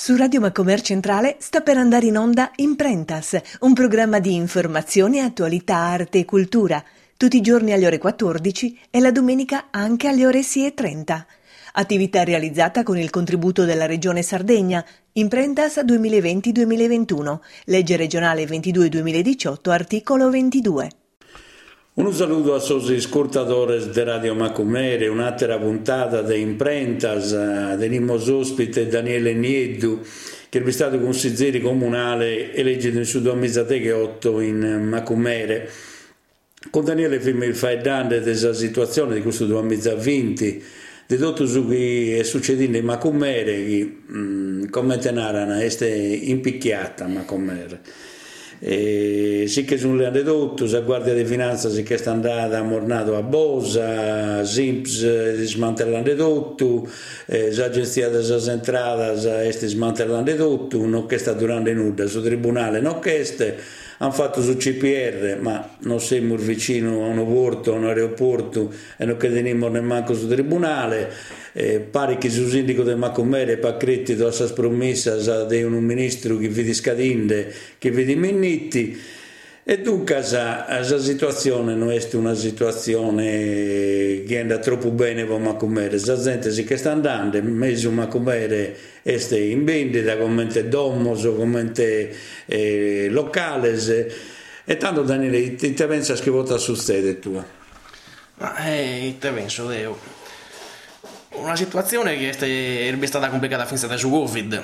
Su Radio Macomer Centrale sta per andare in onda Imprentas, un programma di informazione, attualità, arte e cultura, tutti i giorni alle ore 14 e la domenica anche alle ore 6:30. Attività realizzata con il contributo della Regione Sardegna, Imprentas 2020-2021, legge regionale 22-2018, articolo 22. Un saluto a tutti gli ascoltatori di Radio Macomer, un'altra puntata di Imprentas, teniamo ospite Daniele Nieddu, che è stato consigliere comunale eletto in 2008 in Macomer. Con Daniele film il faedante della situazione di questo 2020, di tutto ciò che è succedendo in Macomer, che come tenarana è impicchiata a Macomer. Sì che sono le aneddote, la Guardia di Finanza sì che sta andata mornato a Bosa, SIMPS smantellando tutto, l'agenzia delle entrate sta smantellando tutto, non che sta durando nulla, sul tribunale non che hanno fatto su CPR, ma non siamo vicino a un porto, a un aeroporto e non che teniamo nemmeno sul tribunale. Pare che sul sindaco di Macomer e Pacretti da queste promesse di un ministro che vede scadinde, che vede minnitti, e dunque la situazione non è una situazione che anda troppo bene per Macomer. La gente sì che sta andando, mezzo Macomer è in vendita, come domos, come locales, e tanto Daniele, ti pensi che vota succede tu? Ma te penso, Deo. Una situazione che è stata complicata fin da su Covid.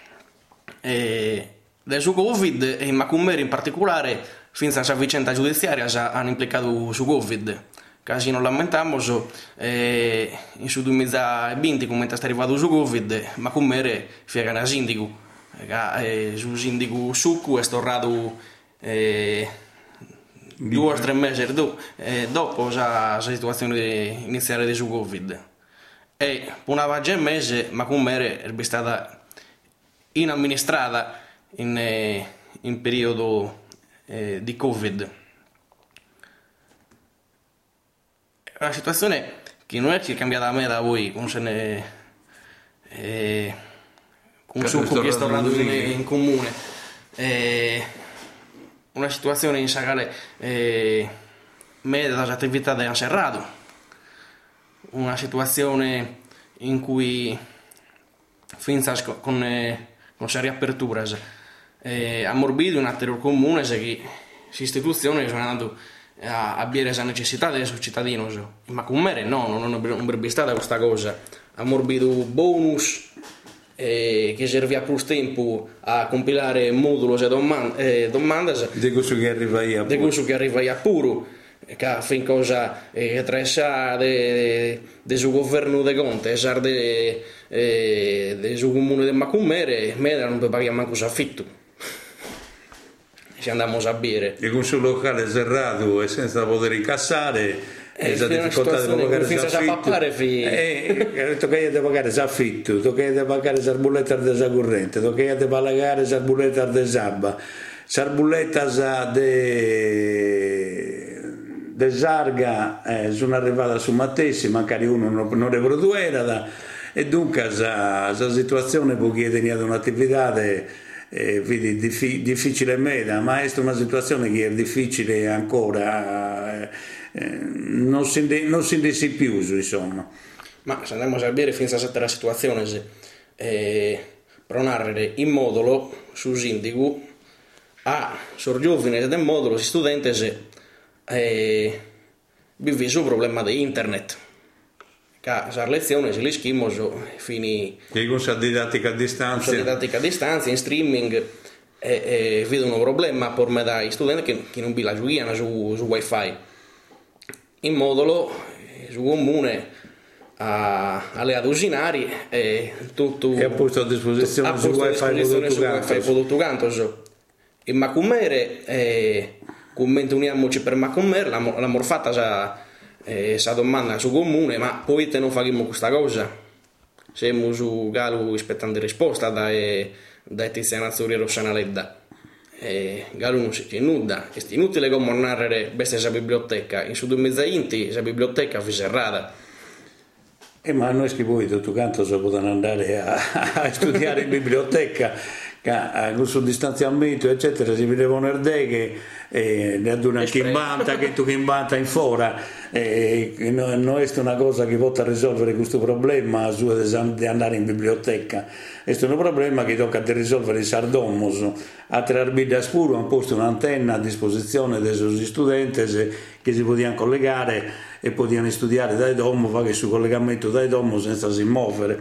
Da su Covid e in Macomer in particolare, fin da questa vicenda giudiziaria hanno implicato su Covid. Casi non lamentiamo, in su 2020 come è arrivato su Covid, Macomer fiega una sindaco. Su sindaco succo è tornato 2 o 3 mesi dopo la situazione iniziale di su Covid. E per una vaggia mese Macomer è stata inamministrata in periodo di Covid. È una situazione che non è che è cambiata a me da voi, con succo che è tornato in comune. Una situazione in sagale me delle attività di Anserrato. Una situazione in cui finza con le riaperture ha morbido un altro comune che l'istituzione sono andato a avere la necessità dei cittadini, ma con me non avrebbe stata questa cosa. Ha morbido bonus che serviva più tempo a compilare moduli e domande di questo che arriva a puro, che fin cosa tressa del suo governo de Conte del suo comune di Macomer, me non per pagare manco l'affitto se andiamo a bere e con il suo locale serrato e senza poter incassare la difficoltà di pagare l'affitto ha detto che deve pagare l'affitto, che deve pagare la bolletta della corrente, che deve pagare la bolletta del sabba, la bolletta de Sarga sono arrivata su Mattessi, magari uno non ne produreva, e dunque la situazione per chi è tenuto un'attività difficile meda, ma è una situazione che è difficile ancora, non si dice più, insomma. Ma se andiamo a vedere fin a la situazione per narrare in modulo su sindaco a sorgiovine del modulo si studenti vive il problema di internet, che la lezione si schimo fini con la didattica a distanza, in streaming, e vedo un problema per me dai studenti che non vi la giocano su wifi. In modulo su comune alle adusinari tutto che ha posto a disposizione su wifi tutto canto. In Macomer commento uniamoci per Macomer la morfata sa domanda su comune, ma poi te non faremo questa cosa. Siamo su Galo aspettando risposta da Tiziana Azzurri e Rossana Ledda. Galo non si tiene nuda, è inutile come narrare bestia la biblioteca. In su 2020 la biblioteca fu serrata. Ma noi che poi tutto canto si possono andare a studiare in biblioteca, con sul distanziamento eccetera, si vedevano erdeghe ne aduna chimbanta che tu chimbanta in fora, non è una cosa che può risolvere questo problema di andare in biblioteca, è un problema che tocca di risolvere i sardomos. A Trarbida Spuro hanno posto un'antenna a disposizione dei suoi studenti che si potevano collegare e potevano studiare dai domo, fa che sul collegamento dai domo senza si muovere.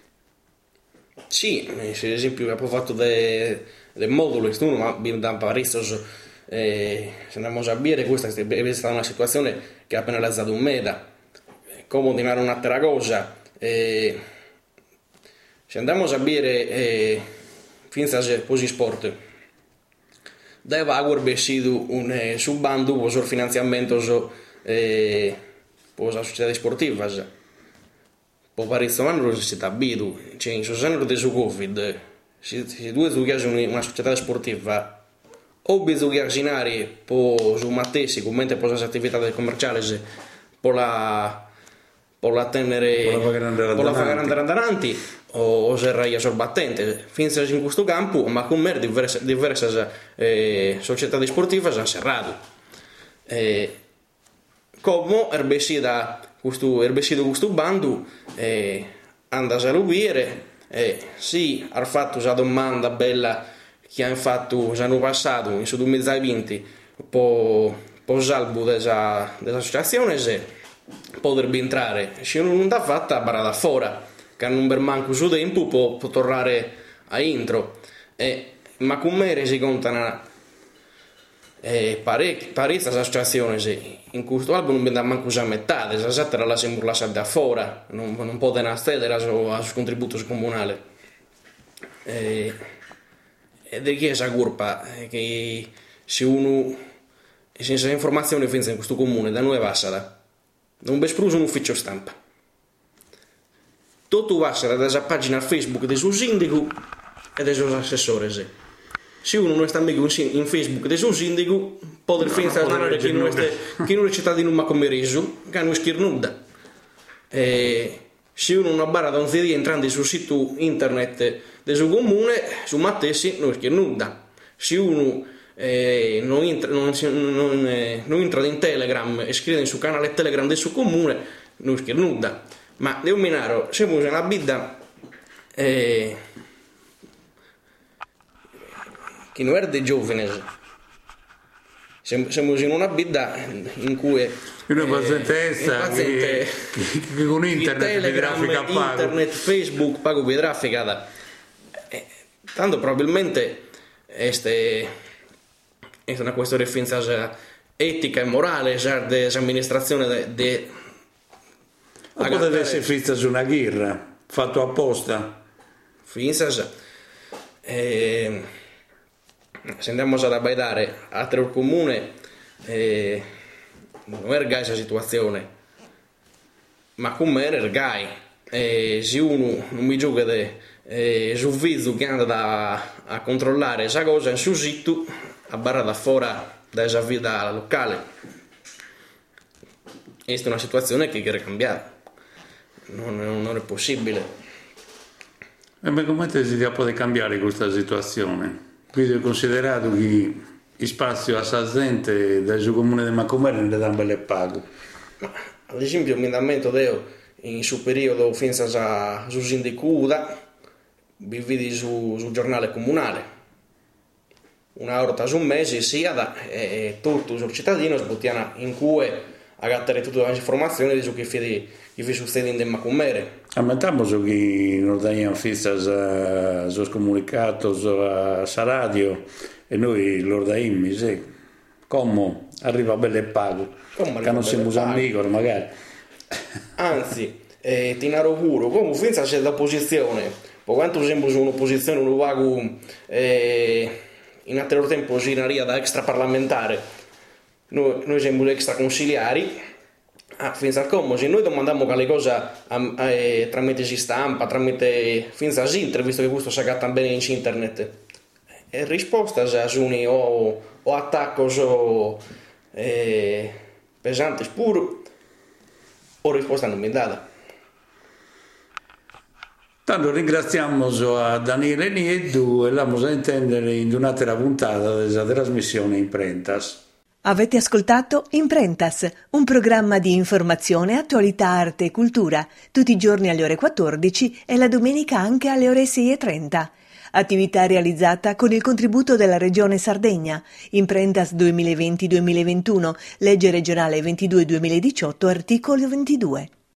Sì, per esempio abbiamo fatto dei moduli, ma da Paris, se andiamo a dire, questa è stata una situazione che ha penalizzato un meda, come dinare un'altra cosa, se andiamo a dire, finza così sport, deve aver sido un subbando sul finanziamento per la società sportiva. Po parizzomanno non si sta abituato, cioè in sostanza del Covid, se tu giochi una società sportiva, o bisogna giochi per su mattesi, come per le attività commerciali, per la tenere, per la fare andare avanti, o serraia sorbattente. Finché in questo campo, ma come diverse società sportive hanno serrato. Come erbesida questo bando andare a lubire, sì, ha fatto una domanda bella che hanno fatto l'anno passato in 2020 per salvo dell'associazione, se potrebbe entrare, se non l'ha fatta barata fuori, che non per manco su tempo può tornare a intro, ma come si contano parecchie associazioni, in questo album non mi dà manco a metà, esattamente la si lasciata da fuori, non può accedere sul contributo comunale. Ed è che questa colpa che se uno senza informazioni pensa in questo comune da noi Vassara non bespruse un ufficio stampa, tutto Vassara da pagina Facebook del suo sindaco e del suo assessore. Se uno non sta meglio in Facebook del suo sindaco può pensare che non è cittadino ma come reso che non è nulla. Se uno non barra da un CD entrando sul sito internet del suo comune su Mattesi non è nulla. Se uno non entra in Telegram e scrive sul canale Telegram del suo comune non è nulla. Ma devo minare, siamo in una vita che non è dei giovani, siamo in una vita in cui una pazientessa che con internet internet, Facebook pago per traffica, tanto probabilmente è una questione di finanza etica e morale dell'amministrazione potrebbe essere fissa su una ghirra fatto apposta finanza. Se andiamo ad abbaidare altro il comune, non è questa situazione, ma come è ergai, se uno non mi gioca sul viso che anda a controllare questa cosa in sul sito a barra da fuori dalla vita locale, questa è una situazione che è cambiata, non è possibile. Ma come si può cambiare questa situazione? Quindi ho considerato che il spazio assente del suo comune di Macomere ne dà un bel pago. Ad esempio, l'emendamento in suo periodo fino a su sindicuda vi vedi sul giornale comunale una volta su un mese sia da tutto sul cittadino sbottiana in cui agattare tutte le informazioni su che succede in Macomere. Ammettiamo che non abbiamo fissa sul comunicato a radio e noi lo daiamo, sì. Come arriva belle pago, che non siamo amici magari. Anzi, ti narro pure, come finza c'è l'opposizione, per quanto siamo su un'opposizione, un luogo in altro tempo si naria da extraparlamentare, noi siamo extra consigliari. Finza come se noi domandiamo quale cosa tramite stampa, tramite finza Sinter, visto che questo si agatta bene in internet, e risposta sono o attacco pesanti pure o risposta non mi data. Tanto ringraziamo a Daniele Nieddu e l'amos a intendere in un'altra puntata della trasmissione Imprentas. Avete ascoltato Imprentas, un programma di informazione, attualità, arte e cultura, tutti i giorni alle ore 14 e la domenica anche alle ore 6:30. Attività realizzata con il contributo della Regione Sardegna. Imprentas 2020-2021, legge regionale 22-2018, articolo 22.